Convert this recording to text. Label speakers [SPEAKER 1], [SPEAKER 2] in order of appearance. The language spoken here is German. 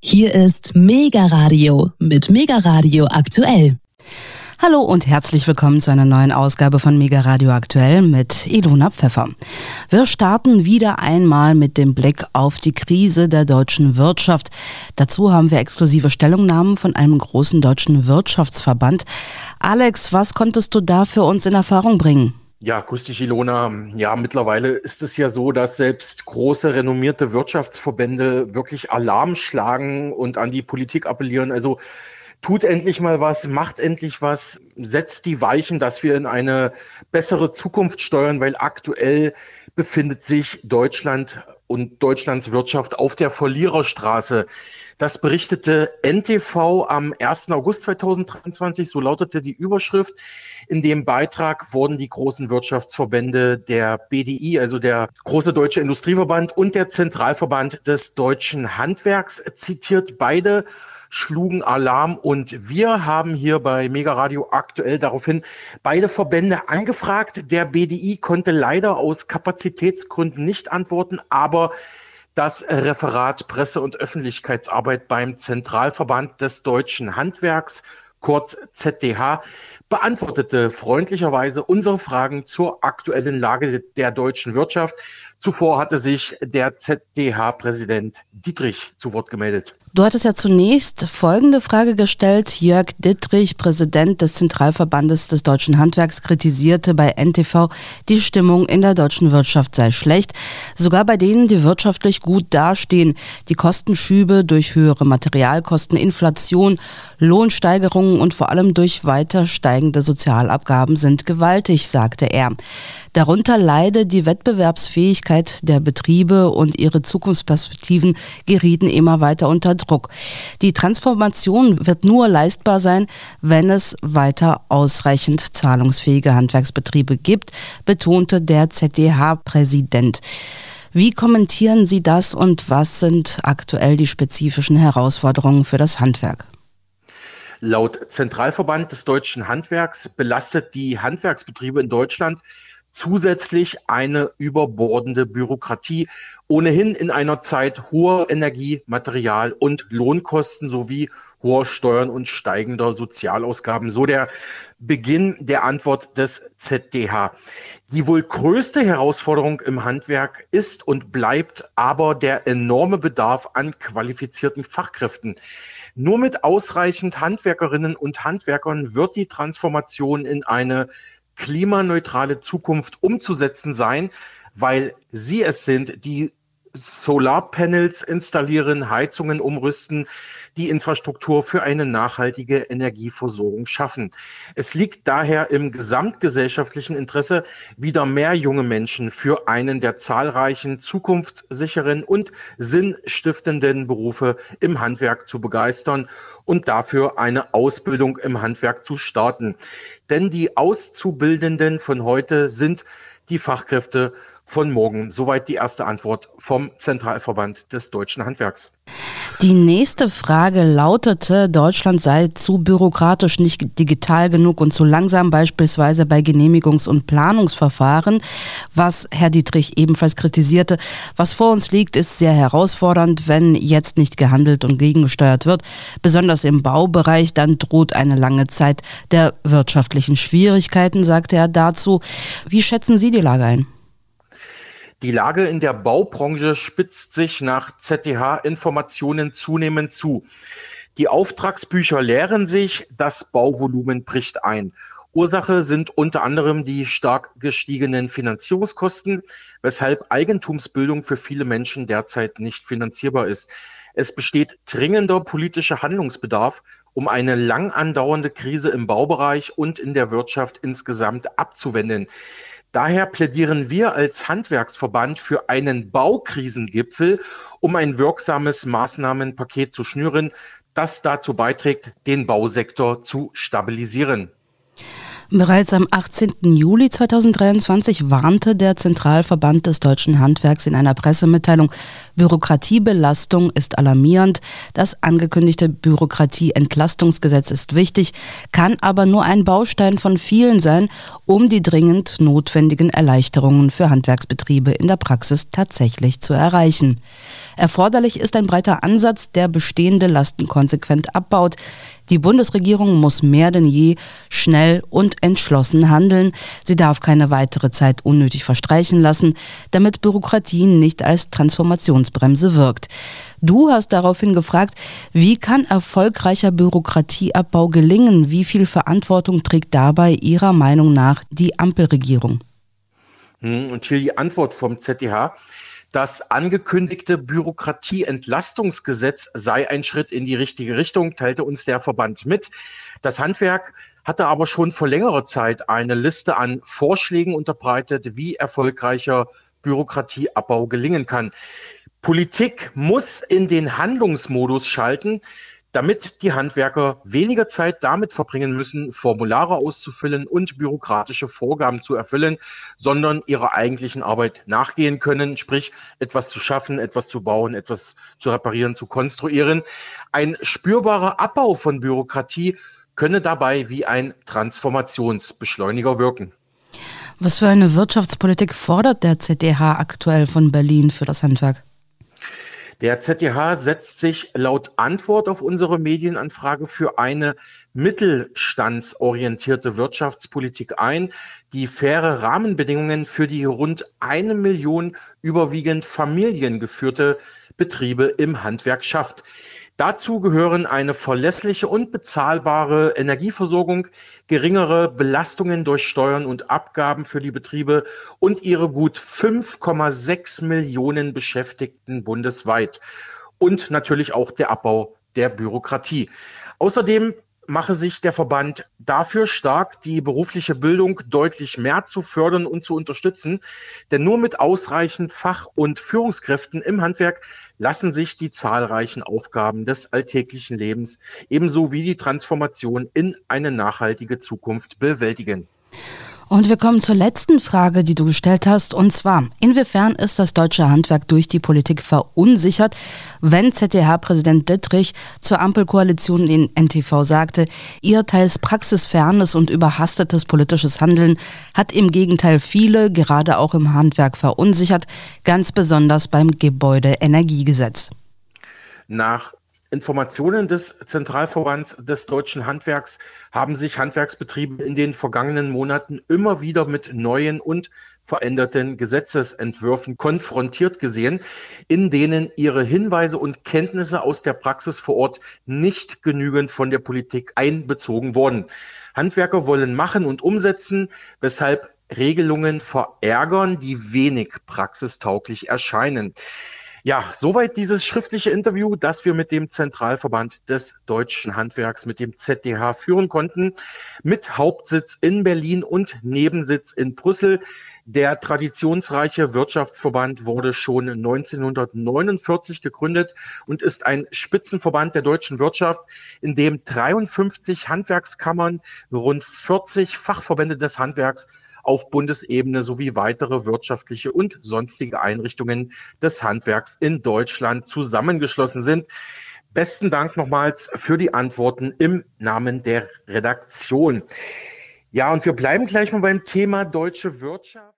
[SPEAKER 1] Hier ist Mega Radio mit Mega Radio aktuell.
[SPEAKER 2] Hallo und herzlich willkommen zu einer neuen Ausgabe von Mega Radio aktuell mit Ilona Pfeffer. Wir starten wieder einmal mit dem Blick auf die Krise der deutschen Wirtschaft. Dazu haben wir exklusive Stellungnahmen von einem großen deutschen Wirtschaftsverband. Alex, was konntest du da für uns in Erfahrung bringen?
[SPEAKER 3] Ja, grüß dich, Ilona. Ja, mittlerweile ist es ja so, dass selbst große, renommierte Wirtschaftsverbände wirklich Alarm schlagen und an die Politik appellieren. Also tut endlich mal was, macht endlich was, setzt die Weichen, dass wir in eine bessere Zukunft steuern, weil aktuell befindet sich Deutschland und Deutschlands Wirtschaft auf der Verliererstraße. Das berichtete NTV am 1. August 2023, so lautete die Überschrift. In dem Beitrag wurden die großen Wirtschaftsverbände der BDI, also der Große Deutsche Industrieverband und der Zentralverband des Deutschen Handwerks zitiert. Beide schlugen Alarm und wir haben hier bei Mega Radio aktuell daraufhin beide Verbände angefragt. Der BDI konnte leider aus Kapazitätsgründen nicht antworten, aber das Referat Presse- und Öffentlichkeitsarbeit beim Zentralverband des Deutschen Handwerks, kurz ZDH, beantwortete freundlicherweise unsere Fragen zur aktuellen Lage der deutschen Wirtschaft. Zuvor hatte sich der ZDH-Präsident Dittrich zu Wort gemeldet.
[SPEAKER 2] Du hattest ja zunächst folgende Frage gestellt. Jörg Dittrich, Präsident des Zentralverbandes des Deutschen Handwerks, kritisierte bei NTV, die Stimmung in der deutschen Wirtschaft sei schlecht, sogar bei denen, die wirtschaftlich gut dastehen. Die Kostenschübe durch höhere Materialkosten, Inflation, Lohnsteigerungen und vor allem durch weiter steigende Sozialabgaben sind gewaltig, sagte er. Darunter leide die Wettbewerbsfähigkeit der Betriebe und ihre Zukunftsperspektiven gerieten immer weiter unter Druck. Die Transformation wird nur leistbar sein, wenn es weiter ausreichend zahlungsfähige Handwerksbetriebe gibt, betonte der ZDH-Präsident. Wie kommentieren Sie das und was sind aktuell die spezifischen Herausforderungen für das Handwerk?
[SPEAKER 3] Laut Zentralverband des Deutschen Handwerks belastet die Handwerksbetriebe in Deutschland zusätzlich eine überbordende Bürokratie, ohnehin in einer Zeit hoher Energie-, Material- und Lohnkosten sowie hoher Steuern und steigender Sozialausgaben. So der Beginn der Antwort des ZDH. Die wohl größte Herausforderung im Handwerk ist und bleibt aber der enorme Bedarf an qualifizierten Fachkräften. Nur mit ausreichend Handwerkerinnen und Handwerkern wird die Transformation in eine klimaneutrale Zukunft umzusetzen sein, weil sie es sind, die Solarpanels installieren, Heizungen umrüsten, die Infrastruktur für eine nachhaltige Energieversorgung schaffen. Es liegt daher im gesamtgesellschaftlichen Interesse, wieder mehr junge Menschen für einen der zahlreichen zukunftssicheren und sinnstiftenden Berufe im Handwerk zu begeistern und dafür eine Ausbildung im Handwerk zu starten. Denn die Auszubildenden von heute sind die Fachkräfte von morgen. Soweit die erste Antwort vom Zentralverband des Deutschen Handwerks.
[SPEAKER 2] Die nächste Frage lautete, Deutschland sei zu bürokratisch, nicht digital genug und zu langsam, beispielsweise bei Genehmigungs- und Planungsverfahren, was Herr Dittrich ebenfalls kritisierte. Was vor uns liegt, ist sehr herausfordernd, wenn jetzt nicht gehandelt und gegengesteuert wird. Besonders im Baubereich, dann droht eine lange Zeit der wirtschaftlichen Schwierigkeiten, sagte er dazu. Wie schätzen Sie die Lage ein?
[SPEAKER 3] Die Lage in der Baubranche spitzt sich nach ZDH-Informationen zunehmend zu. Die Auftragsbücher leeren sich, das Bauvolumen bricht ein. Ursache sind unter anderem die stark gestiegenen Finanzierungskosten, weshalb Eigentumsbildung für viele Menschen derzeit nicht finanzierbar ist. Es besteht dringender politischer Handlungsbedarf, um eine lang andauernde Krise im Baubereich und in der Wirtschaft insgesamt abzuwenden. Daher plädieren wir als Handwerksverband für einen Baukrisengipfel, um ein wirksames Maßnahmenpaket zu schnüren, das dazu beiträgt, den Bausektor zu stabilisieren.
[SPEAKER 2] Bereits am 18. Juli 2023 warnte der Zentralverband des Deutschen Handwerks in einer Pressemitteilung: Bürokratiebelastung ist alarmierend. Das angekündigte Bürokratieentlastungsgesetz ist wichtig, kann aber nur ein Baustein von vielen sein, um die dringend notwendigen Erleichterungen für Handwerksbetriebe in der Praxis tatsächlich zu erreichen. Erforderlich ist ein breiter Ansatz, der bestehende Lasten konsequent abbaut. Die Bundesregierung muss mehr denn je schnell und entschlossen handeln. Sie darf keine weitere Zeit unnötig verstreichen lassen, damit Bürokratie nicht als Transformationsbremse wirkt. Du hast daraufhin gefragt, wie kann erfolgreicher Bürokratieabbau gelingen? Wie viel Verantwortung trägt dabei Ihrer Meinung nach die Ampelregierung?
[SPEAKER 3] Und hier die Antwort vom ZDH. Das angekündigte Bürokratieentlastungsgesetz sei ein Schritt in die richtige Richtung, teilte uns der Verband mit. Das Handwerk hatte aber schon vor längerer Zeit eine Liste an Vorschlägen unterbreitet, wie erfolgreicher Bürokratieabbau gelingen kann. Politik muss in den Handlungsmodus schalten, damit die Handwerker weniger Zeit damit verbringen müssen, Formulare auszufüllen und bürokratische Vorgaben zu erfüllen, sondern ihrer eigentlichen Arbeit nachgehen können, sprich etwas zu schaffen, etwas zu bauen, etwas zu reparieren, zu konstruieren. Ein spürbarer Abbau von Bürokratie könne dabei wie ein Transformationsbeschleuniger wirken.
[SPEAKER 2] Was für eine Wirtschaftspolitik fordert der ZDH aktuell von Berlin für das Handwerk?
[SPEAKER 3] Der ZDH setzt sich laut Antwort auf unsere Medienanfrage für eine mittelstandsorientierte Wirtschaftspolitik ein, die faire Rahmenbedingungen für die rund 1 Million überwiegend familiengeführte Betriebe im Handwerk schafft. Dazu gehören eine verlässliche und bezahlbare Energieversorgung, geringere Belastungen durch Steuern und Abgaben für die Betriebe und ihre gut 5,6 Millionen Beschäftigten bundesweit und natürlich auch der Abbau der Bürokratie. Außerdem mache sich der Verband dafür stark, die berufliche Bildung deutlich mehr zu fördern und zu unterstützen. Denn nur mit ausreichend Fach- und Führungskräften im Handwerk lassen sich die zahlreichen Aufgaben des alltäglichen Lebens ebenso wie die Transformation in eine nachhaltige Zukunft bewältigen.
[SPEAKER 2] Und wir kommen zur letzten Frage, die du gestellt hast, und zwar: Inwiefern ist das deutsche Handwerk durch die Politik verunsichert, wenn ZDH-Präsident Dittrich zur Ampelkoalition in NTV sagte, ihr teils praxisfernes und überhastetes politisches Handeln hat im Gegenteil viele, gerade auch im Handwerk, verunsichert, ganz besonders beim Gebäudeenergiegesetz.
[SPEAKER 3] Nach Informationen des Zentralverbands des Deutschen Handwerks haben sich Handwerksbetriebe in den vergangenen Monaten immer wieder mit neuen und veränderten Gesetzesentwürfen konfrontiert gesehen, in denen ihre Hinweise und Kenntnisse aus der Praxis vor Ort nicht genügend von der Politik einbezogen wurden. Handwerker wollen machen und umsetzen, weshalb Regelungen verärgern, die wenig praxistauglich erscheinen. Ja, soweit dieses schriftliche Interview, das wir mit dem Zentralverband des Deutschen Handwerks, mit dem ZDH, führen konnten, mit Hauptsitz in Berlin und Nebensitz in Brüssel. Der traditionsreiche Wirtschaftsverband wurde schon 1949 gegründet und ist ein Spitzenverband der deutschen Wirtschaft, in dem 53 Handwerkskammern, rund 40 Fachverbände des Handwerks auf Bundesebene sowie weitere wirtschaftliche und sonstige Einrichtungen des Handwerks in Deutschland zusammengeschlossen sind. Besten Dank nochmals für die Antworten im Namen der Redaktion. Ja, und wir bleiben gleich mal beim Thema deutsche Wirtschaft.